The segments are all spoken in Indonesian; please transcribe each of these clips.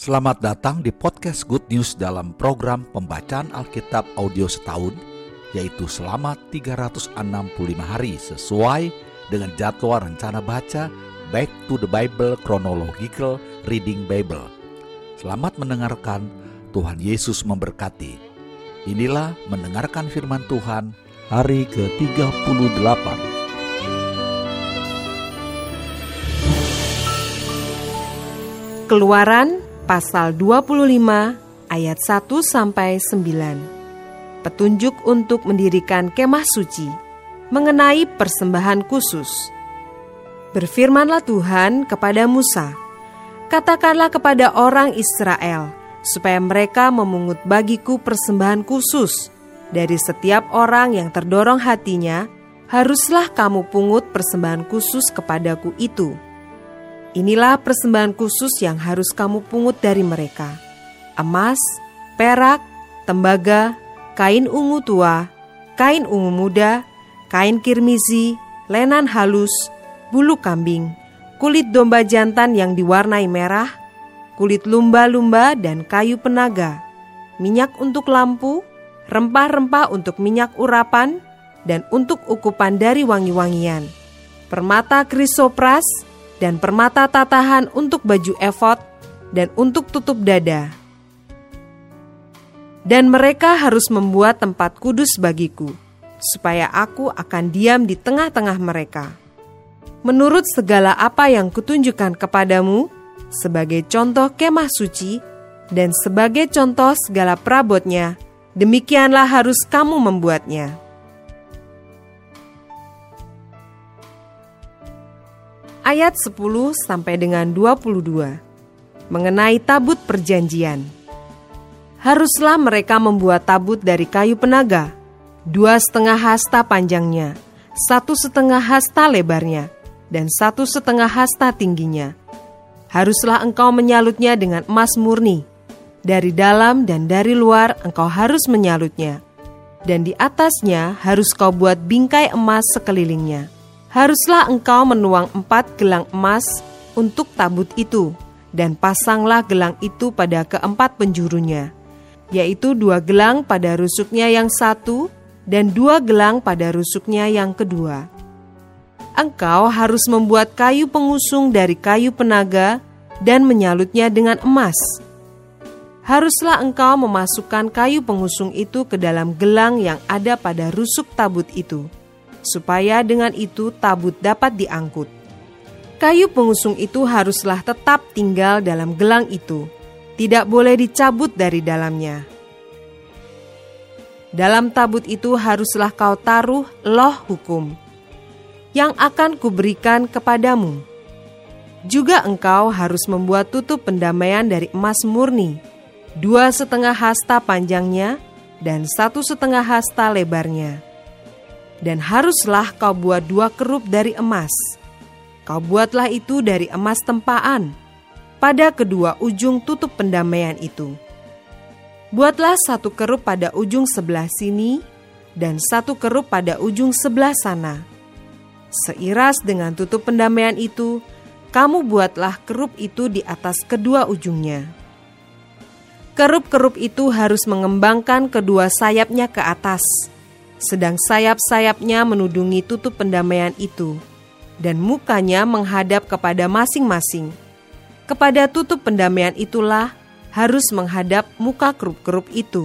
Selamat datang di podcast Good News dalam program pembacaan Alkitab audio setahun, yaitu selama 365 hari sesuai dengan jadwal rencana baca Back to the Bible Chronological Reading Bible. Selamat mendengarkan, Tuhan Yesus memberkati. Inilah mendengarkan firman Tuhan hari ke-38. Keluaran Pasal 25 ayat 1-9. Petunjuk untuk mendirikan kemah suci mengenai persembahan khusus. Berfirmanlah Tuhan kepada Musa, katakanlah kepada orang Israel, supaya mereka memungut bagiku persembahan khusus. Dari setiap orang yang terdorong hatinya, haruslah kamu pungut persembahan khusus kepadaku itu. Inilah persembahan khusus yang harus kamu pungut dari mereka: emas, perak, tembaga, kain ungu tua, kain ungu muda, kain kirmizi, lenan halus, bulu kambing, kulit domba jantan yang diwarnai merah, kulit lumba-lumba dan kayu penaga, minyak untuk lampu, rempah-rempah untuk minyak urapan, dan untuk ukupan dari wangi-wangian, permata krisopras, dan permata tatahan untuk baju efod dan untuk tutup dada. Dan mereka harus membuat tempat kudus bagiku, supaya aku akan diam di tengah-tengah mereka. Menurut segala apa yang kutunjukkan kepadamu, sebagai contoh kemah suci, dan sebagai contoh segala perabotnya, demikianlah harus kamu membuatnya. Ayat 10-22 mengenai tabut perjanjian. Haruslah mereka membuat tabut dari kayu penaga, 2,5 hasta panjangnya, 1,5 hasta lebarnya, dan 1,5 hasta tingginya. Haruslah engkau menyalutnya dengan emas murni. Dari dalam dan dari luar engkau harus menyalutnya. Dan di atasnya harus kau buat bingkai emas sekelilingnya. Haruslah engkau menuang 4 gelang emas untuk tabut itu, dan pasanglah gelang itu pada keempat penjurunya, yaitu 2 gelang pada rusuknya yang satu, dan 2 gelang pada rusuknya yang kedua. Engkau harus membuat kayu pengusung dari kayu penaga, dan menyalutnya dengan emas. Haruslah engkau memasukkan kayu pengusung itu ke dalam gelang yang ada pada rusuk tabut itu, supaya dengan itu tabut dapat diangkut. Kayu pengusung itu haruslah tetap tinggal dalam gelang itu, tidak boleh dicabut dari dalamnya. Dalam tabut itu haruslah kau taruh loh hukum, yang akan kuberikan kepadamu. Juga engkau harus membuat tutup pendamaian dari emas murni, 2,5 hasta panjangnya, dan 1,5 hasta lebarnya. Dan haruslah kau buat 2 kerup dari emas. Kau buatlah itu dari emas tempaan pada kedua ujung tutup pendamaian itu. Buatlah 1 kerup pada ujung sebelah sini dan 1 kerup pada ujung sebelah sana. Seiras dengan tutup pendamaian itu, kamu buatlah kerup itu di atas kedua ujungnya. Kerup-kerup itu harus mengembangkan kedua sayapnya ke atas, sedang sayap-sayapnya menudungi tutup pendamaian itu, dan mukanya menghadap kepada masing-masing. Kepada tutup pendamaian itulah harus menghadap muka kerup-kerup itu.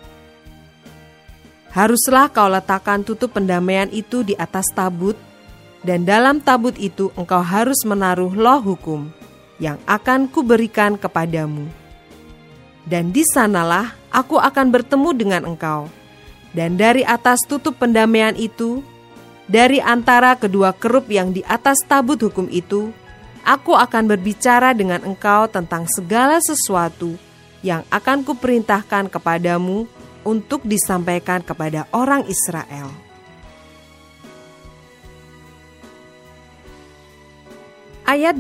Haruslah kau letakkan tutup pendamaian itu di atas tabut, dan dalam tabut itu engkau harus menaruh loh hukum yang akan kuberikan kepadamu. Dan di sanalah aku akan bertemu dengan engkau. Dan dari atas tutup pendamaian itu, dari antara kedua kerup yang di atas tabut hukum itu, aku akan berbicara dengan engkau tentang segala sesuatu yang akan kuperintahkan kepadamu untuk disampaikan kepada orang Israel. Ayat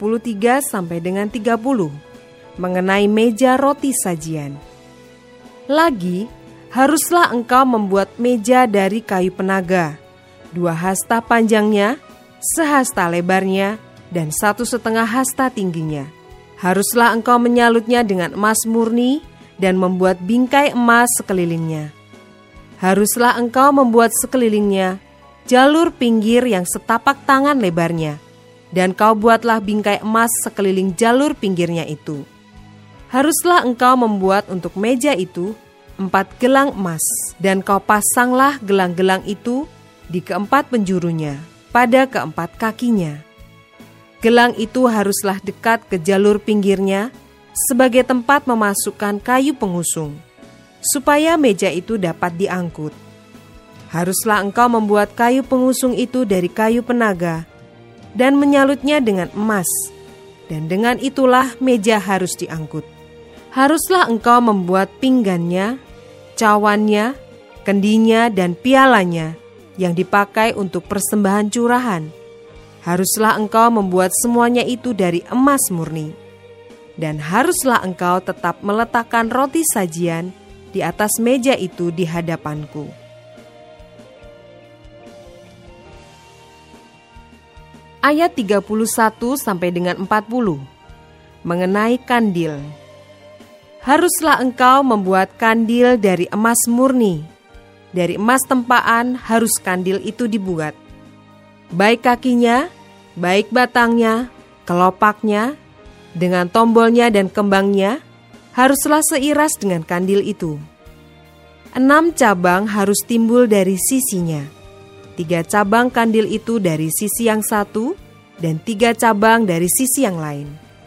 23-30 mengenai meja roti sajian. Lagi, haruslah engkau membuat meja dari kayu penaga, 2 hasta panjangnya, 1 hasta lebarnya, dan 1,5 hasta tingginya. Haruslah engkau menyalutnya dengan emas murni dan membuat bingkai emas sekelilingnya. Haruslah engkau membuat sekelilingnya jalur pinggir yang setapak tangan lebarnya, dan kau buatlah bingkai emas sekeliling jalur pinggirnya itu. Haruslah engkau membuat untuk meja itu 4 gelang emas, dan kau pasanglah gelang-gelang itu di keempat penjurunya, pada keempat kakinya. Gelang itu haruslah dekat ke jalur pinggirnya sebagai tempat memasukkan kayu pengusung, supaya meja itu dapat diangkut. Haruslah engkau membuat kayu pengusung itu dari kayu penaga dan menyalutnya dengan emas, dan dengan itulah meja harus diangkut. Haruslah engkau membuat pinggannya, cawannya, kendinya, dan pialanya yang dipakai untuk persembahan curahan. Haruslah engkau membuat semuanya itu dari emas murni. Dan haruslah engkau tetap meletakkan roti sajian di atas meja itu di hadapanku. Ayat 31 sampai dengan 40 mengenai kandil. Haruslah engkau membuat kandil dari emas murni. Dari emas tempaan harus kandil itu dibuat. Baik kakinya, baik batangnya, kelopaknya, dengan tombolnya dan kembangnya, haruslah seiras dengan kandil itu. 6 cabang harus timbul dari sisinya. 3 cabang kandil itu dari sisi yang satu, dan 3 cabang dari sisi yang lain.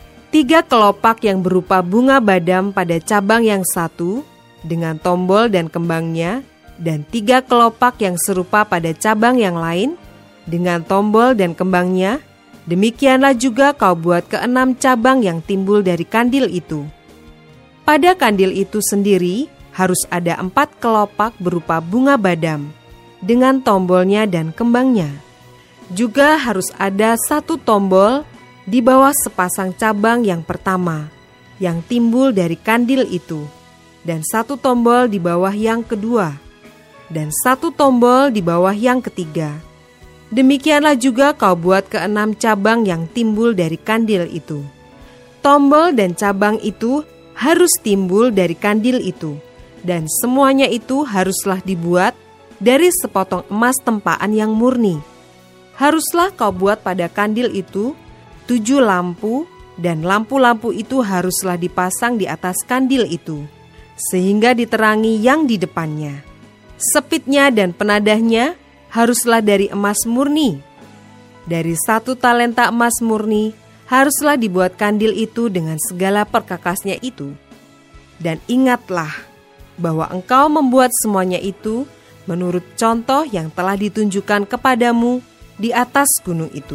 3 kelopak yang berupa bunga badam pada cabang yang satu, dengan tombol dan kembangnya, dan 3 kelopak yang serupa pada cabang yang lain, dengan tombol dan kembangnya. Demikianlah juga kau buat ke-6 cabang yang timbul dari kandil itu. Pada kandil itu sendiri harus ada 4 kelopak berupa bunga badam, dengan tombolnya dan kembangnya. Juga harus ada 1 tombol di bawah sepasang cabang yang pertama, yang timbul dari kandil itu, dan 1 tombol di bawah yang kedua, dan 1 tombol di bawah yang ketiga. Demikianlah juga kau buat ke-6 cabang yang timbul dari kandil itu. Tombol dan cabang itu harus timbul dari kandil itu, dan semuanya itu haruslah dibuat dari sepotong emas tempaan yang murni. Haruslah kau buat pada kandil itu 7 lampu, dan lampu-lampu itu haruslah dipasang di atas kandil itu, sehingga diterangi yang di depannya. Sepitnya dan penadahnya haruslah dari emas murni. Dari 1 talenta emas murni haruslah dibuat kandil itu dengan segala perkakasnya itu. Dan ingatlah bahwa engkau membuat semuanya itu menurut contoh yang telah ditunjukkan kepadamu di atas gunung itu.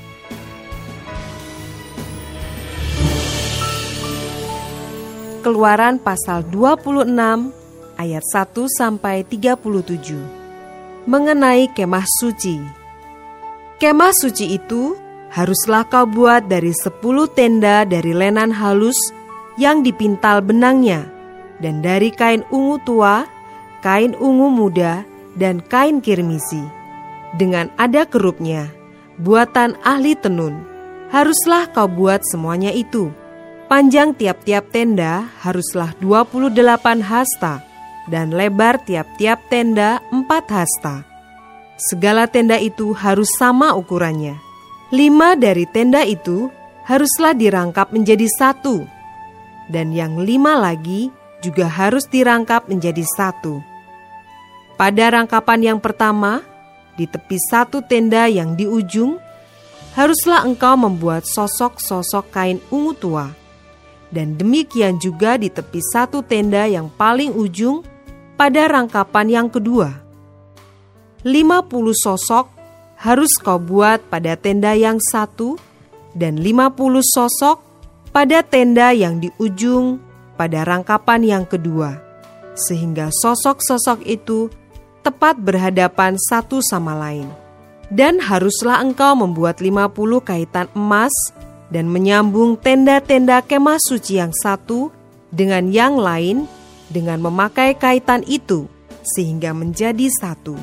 Keluaran pasal 26 ayat 1 sampai 37 mengenai kemah suci. Kemah suci itu haruslah kau buat dari 10 tenda dari lenan halus yang dipintal benangnya, dan dari kain ungu tua, kain ungu muda, dan kain kirmisi, dengan ada kerupnya, buatan ahli tenun. Haruslah kau buat semuanya itu. Panjang tiap-tiap tenda haruslah 28 hasta, dan lebar tiap-tiap tenda 4 hasta. Segala tenda itu harus sama ukurannya. 5 dari tenda itu haruslah dirangkap menjadi 1, dan yang 5 lagi juga harus dirangkap menjadi 1. Pada rangkapan yang pertama, di tepi 1 tenda yang di ujung, haruslah engkau membuat sosok-sosok kain ungu tua. Dan demikian juga di tepi 1 tenda yang paling ujung pada rangkapan yang kedua. 50 sosok harus kau buat pada tenda yang satu, dan 50 sosok pada tenda yang di ujung pada rangkapan yang kedua, sehingga sosok-sosok itu tepat berhadapan satu sama lain. Dan haruslah engkau membuat 50 kaitan emas dan menyambung tenda-tenda kemah suci yang satu dengan yang lain dengan memakai kaitan itu, sehingga menjadi satu.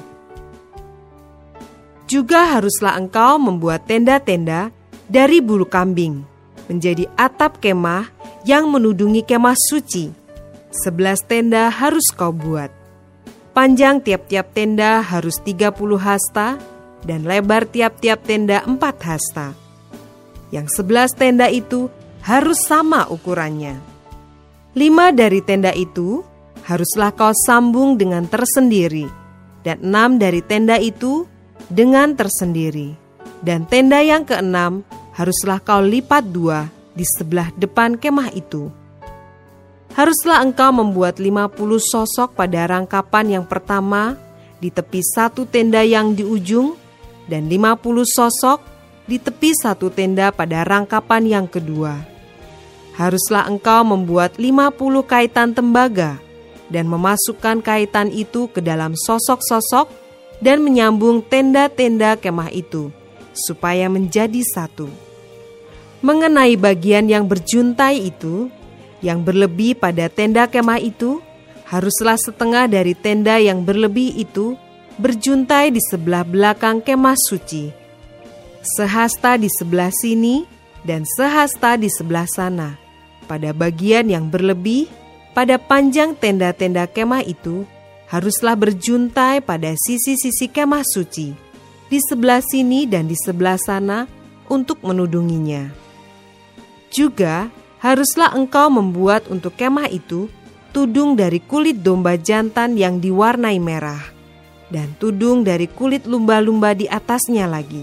Juga haruslah engkau membuat tenda-tenda dari bulu kambing. menjadi atap kemah yang menudungi kemah suci. 11 tenda harus kau buat. Panjang tiap-tiap tenda harus 30 hasta dan lebar tiap-tiap tenda 4 hasta. Yang 11 tenda itu harus sama ukurannya. 5 dari tenda itu haruslah kau sambung dengan tersendiri, dan 6 dari tenda itu dengan tersendiri. Dan tenda yang ke-6 haruslah kau lipat 2 di sebelah depan kemah itu. Haruslah engkau membuat 50 sosok pada rangkapan yang pertama di tepi satu tenda yang di ujung, dan 50 sosok di tepi satu tenda pada rangkapan yang kedua. Haruslah engkau membuat 50 kaitan tembaga dan memasukkan kaitan itu ke dalam sosok-sosok dan menyambung tenda-tenda kemah itu, supaya menjadi satu. Mengenai bagian yang berjuntai itu, yang berlebih pada tenda kemah itu, haruslah setengah dari tenda yang berlebih itu berjuntai di sebelah belakang kemah suci. Sehasta di sebelah sini dan sehasta di sebelah sana. Pada bagian yang berlebih, pada panjang tenda-tenda kemah itu, haruslah berjuntai pada sisi-sisi kemah suci, di sebelah sini dan di sebelah sana untuk menudunginya. Juga haruslah engkau membuat untuk kemah itu tudung dari kulit domba jantan yang diwarnai merah, dan tudung dari kulit lumba-lumba di atasnya lagi.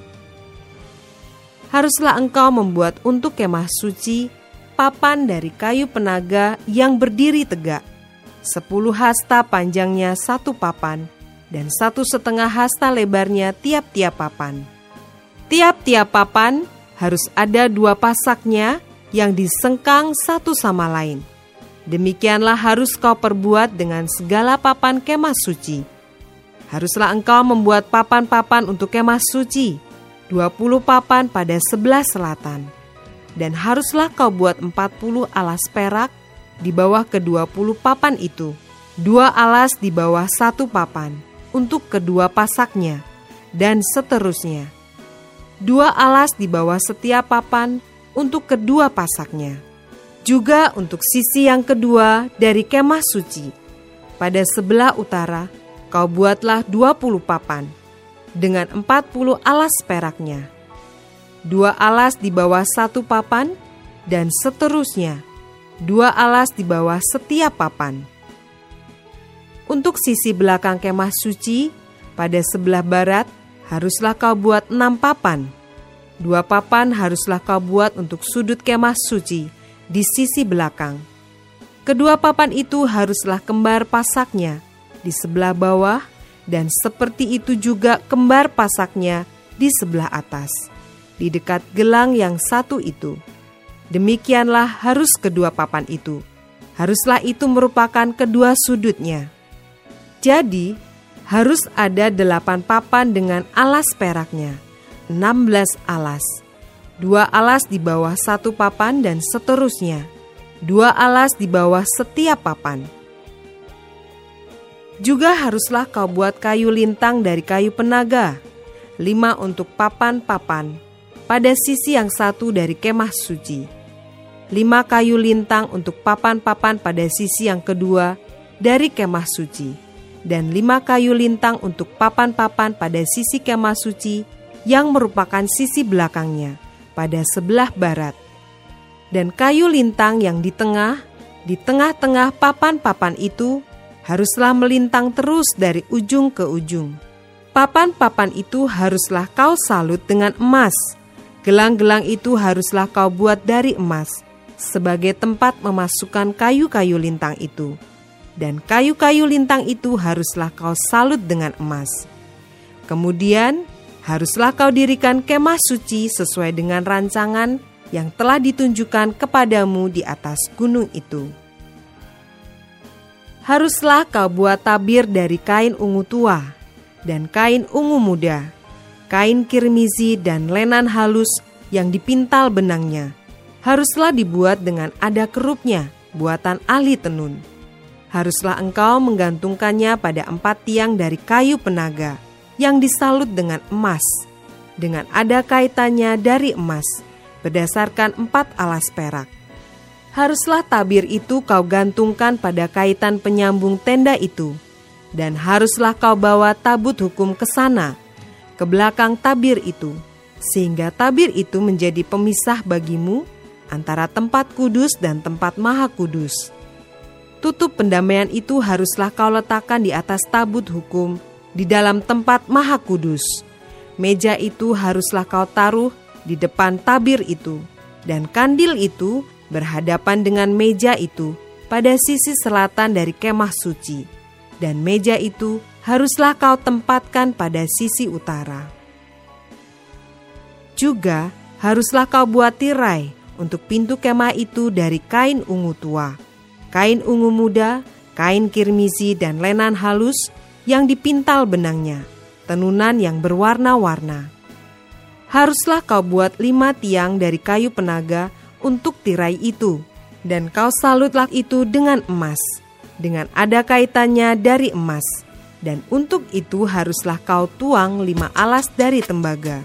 Haruslah engkau membuat untuk kemah suci papan dari kayu penaga yang berdiri tegak, 10 hasta panjangnya satu papan, dan 1,5 hasta lebarnya tiap-tiap papan. Tiap-tiap papan harus ada 2 pasaknya yang disengkang satu sama lain. Demikianlah harus kau perbuat dengan segala papan kemah suci. Haruslah engkau membuat papan-papan untuk kemah suci, 20 papan pada sebelah selatan. Dan haruslah kau buat 40 alas perak di bawah ke-20 papan itu, 2 alas di bawah 1 papan untuk kedua pasaknya, dan seterusnya. 2 alas di bawah setiap papan untuk kedua pasaknya. Juga untuk sisi yang kedua dari kemah suci, pada sebelah utara, kau buatlah 20 papan, dengan 40 alas peraknya. 2 alas di bawah 1 papan, dan seterusnya, 2 alas di bawah setiap papan. Untuk sisi belakang kemah suci, pada sebelah barat, haruslah kau buat 6 papan. 2 papan haruslah kau buat untuk sudut kemah suci di sisi belakang. Kedua papan itu haruslah kembar pasaknya di sebelah bawah, dan seperti itu juga kembar pasaknya di sebelah atas, di dekat gelang yang satu itu. Demikianlah harus kedua papan itu. Haruslah itu merupakan kedua sudutnya. Jadi, harus ada 8 papan dengan alas peraknya, 16 alas. 2 alas di bawah 1 papan dan seterusnya. 2 alas di bawah setiap papan. Juga haruslah kau buat kayu lintang dari kayu penaga, 5 untuk papan-papan, pada sisi yang satu dari kemah suci. 5 kayu lintang untuk papan-papan pada sisi yang kedua dari kemah suci. Dan 5 kayu lintang untuk papan-papan pada sisi kemah suci yang merupakan sisi belakangnya, pada sebelah barat. Dan kayu lintang yang di tengah-tengah papan-papan itu, haruslah melintang terus dari ujung ke ujung. Papan-papan itu haruslah kau salut dengan emas. Gelang-gelang itu haruslah kau buat dari emas, sebagai tempat memasukkan kayu-kayu lintang itu. Dan kayu-kayu lintang itu haruslah kau salut dengan emas. Kemudian, haruslah kau dirikan kemah suci sesuai dengan rancangan yang telah ditunjukkan kepadamu di atas gunung itu. Haruslah kau buat tabir dari kain ungu tua, dan kain ungu muda, kain kirmizi dan lenan halus yang dipintal benangnya. Haruslah dibuat dengan ada kerupnya, buatan ahli tenun. Haruslah engkau menggantungkannya pada 4 tiang dari kayu penaga, yang disalut dengan emas, dengan ada kaitannya dari emas, berdasarkan 4 alas perak. Haruslah tabir itu kau gantungkan pada kaitan penyambung tenda itu, dan haruslah kau bawa tabut hukum ke sana, ke belakang tabir itu, sehingga tabir itu menjadi pemisah bagimu antara tempat kudus dan tempat maha kudus. Tutup pendamaian itu haruslah kau letakkan di atas tabut hukum di dalam tempat maha kudus. Meja itu haruslah kau taruh di depan tabir itu, dan kandil itu berhadapan dengan meja itu pada sisi selatan dari kemah suci, dan meja itu haruslah kau tempatkan pada sisi utara. Juga haruslah kau buat tirai untuk pintu kemah itu dari kain ungu tua, kain ungu muda, kain kirmizi dan lenan halus yang dipintal benangnya, tenunan yang berwarna-warna. Haruslah kau buat 5 tiang dari kayu penaga untuk tirai itu, dan kau salutlah itu dengan emas, dengan ada kaitannya dari emas, dan untuk itu haruslah kau tuang 5 alas dari tembaga.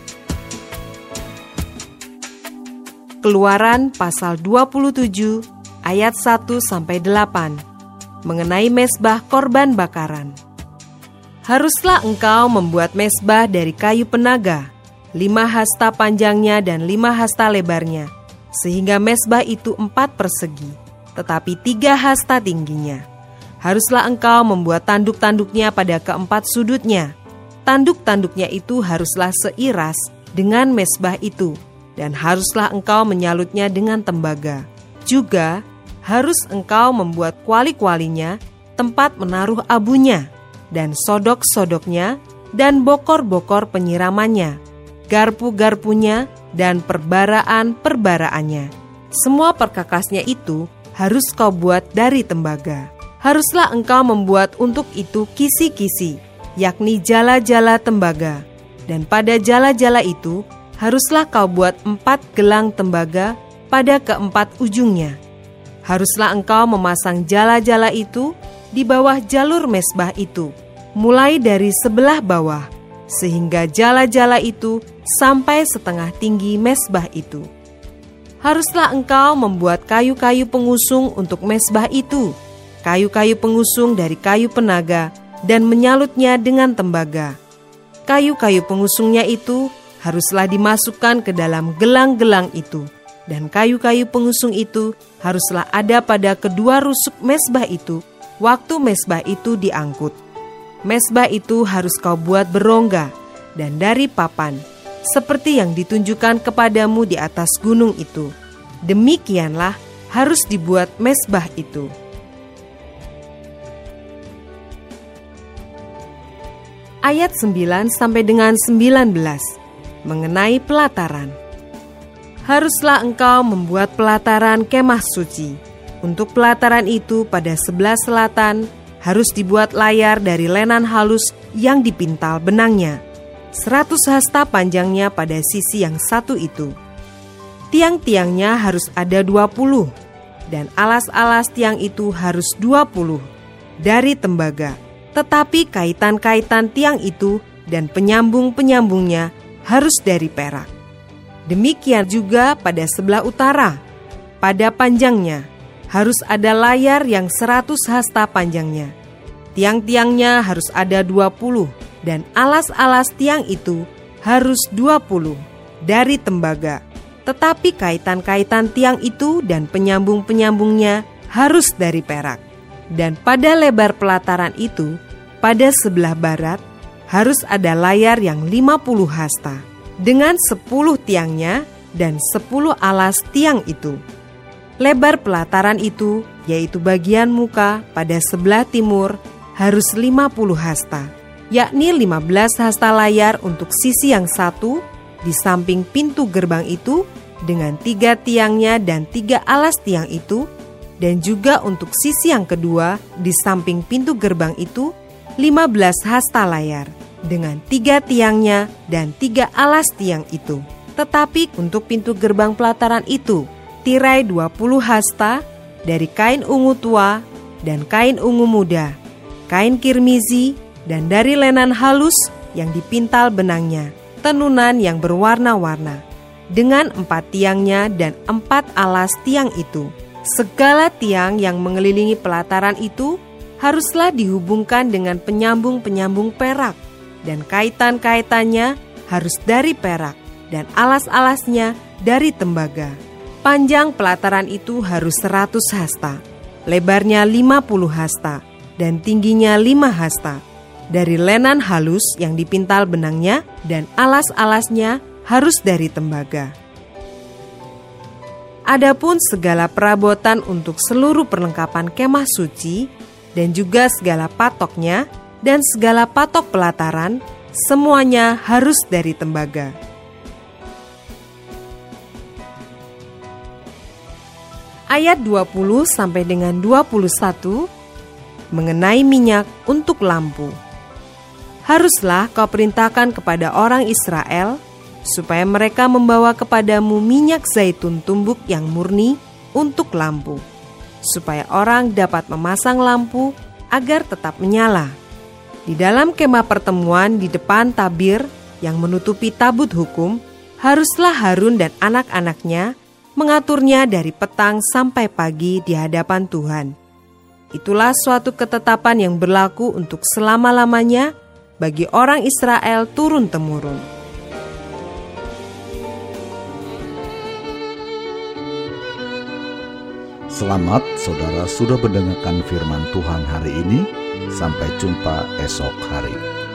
Keluaran pasal 27 ayat 1-8 mengenai mezbah korban bakaran. Haruslah engkau membuat mezbah dari kayu penaga, 5 hasta panjangnya dan 5 hasta lebarnya, sehingga mezbah itu 4 persegi, tetapi 3 hasta tingginya. Haruslah engkau membuat tanduk-tanduknya pada keempat sudutnya. Tanduk-tanduknya itu haruslah seiras dengan mezbah itu, dan haruslah engkau menyalutnya dengan tembaga. Juga harus engkau membuat kuali-kualinya, tempat menaruh abunya, dan sodok-sodoknya, dan bokor-bokor penyiramannya, garpu-garpunya, dan perbaraan-perbaraannya. Semua perkakasnya itu harus kau buat dari tembaga. Haruslah engkau membuat untuk itu kisi-kisi, yakni jala-jala tembaga. Dan pada jala-jala itu haruslah kau buat 4 gelang tembaga pada keempat ujungnya. Haruslah engkau memasang jala-jala itu di bawah jalur mezbah itu, mulai dari sebelah bawah, sehingga jala-jala itu sampai setengah tinggi mezbah itu. Haruslah engkau membuat kayu-kayu pengusung untuk mezbah itu, kayu-kayu pengusung dari kayu penaga, dan menyalutnya dengan tembaga. Kayu-kayu pengusungnya itu haruslah dimasukkan ke dalam gelang-gelang itu, dan kayu-kayu pengusung itu haruslah ada pada kedua rusuk mezbah itu waktu mezbah itu diangkut. Mezbah itu harus kau buat berongga dan dari papan, seperti yang ditunjukkan kepadamu di atas gunung itu. Demikianlah harus dibuat mezbah itu. Ayat 9-19 mengenai pelataran. Haruslah engkau membuat pelataran kemah suci. Untuk pelataran itu pada sebelah selatan harus dibuat layar dari lenan halus yang dipintal benangnya, 100 hasta panjangnya pada sisi yang satu itu. Tiang-tiangnya harus ada 20, dan alas-alas tiang itu harus 20 dari tembaga. Tetapi kaitan-kaitan tiang itu dan penyambung-penyambungnya harus dari perak. Demikian juga pada sebelah utara, pada panjangnya harus ada layar yang 100 hasta panjangnya. Tiang-tiangnya harus ada 20, dan alas-alas tiang itu harus 20 dari tembaga. Tetapi kaitan-kaitan tiang itu dan penyambung-penyambungnya harus dari perak. Dan pada lebar pelataran itu, pada sebelah barat, harus ada layar yang 50 hasta, dengan 10 tiangnya dan 10 alas tiang itu. Lebar pelataran itu, yaitu bagian muka pada sebelah timur, harus 50 hasta, yakni 15 hasta layar untuk sisi yang satu di samping pintu gerbang itu, dengan 3 tiangnya dan 3 alas tiang itu, dan juga untuk sisi yang kedua di samping pintu gerbang itu, 15 hasta layar, dengan 3 tiangnya dan 3 alas tiang itu. Tetapi untuk pintu gerbang pelataran itu, tirai 20 hasta dari kain ungu tua dan kain ungu muda, kain kirmizi, dan dari lenan halus yang dipintal benangnya, tenunan yang berwarna-warna. dengan 4 tiangnya dan 4 alas tiang itu. Segala tiang yang mengelilingi pelataran itu haruslah dihubungkan dengan penyambung-penyambung perak, dan kaitan-kaitannya harus dari perak, dan alas-alasnya dari tembaga. Panjang pelataran itu harus 100 hasta, lebarnya 50 hasta, dan tingginya 5 hasta, dari lenan halus yang dipintal benangnya, dan alas-alasnya harus dari tembaga. Adapun segala perabotan untuk seluruh perlengkapan kemah suci, dan juga segala patoknya, dan segala patok pelataran, semuanya harus dari tembaga. Ayat 20 sampai dengan 21 mengenai minyak untuk lampu. Haruslah kau perintahkan kepada orang Israel supaya mereka membawa kepadamu minyak zaitun tumbuk yang murni untuk lampu, supaya orang dapat memasang lampu agar tetap menyala. Di dalam kemah pertemuan di depan tabir yang menutupi tabut hukum, haruslah Harun dan anak-anaknya mengaturnya dari petang sampai pagi di hadapan Tuhan. Itulah suatu ketetapan yang berlaku untuk selama-lamanya bagi orang Israel turun-temurun. Selamat saudara sudah mendengarkan firman Tuhan hari ini. Sampai jumpa esok hari.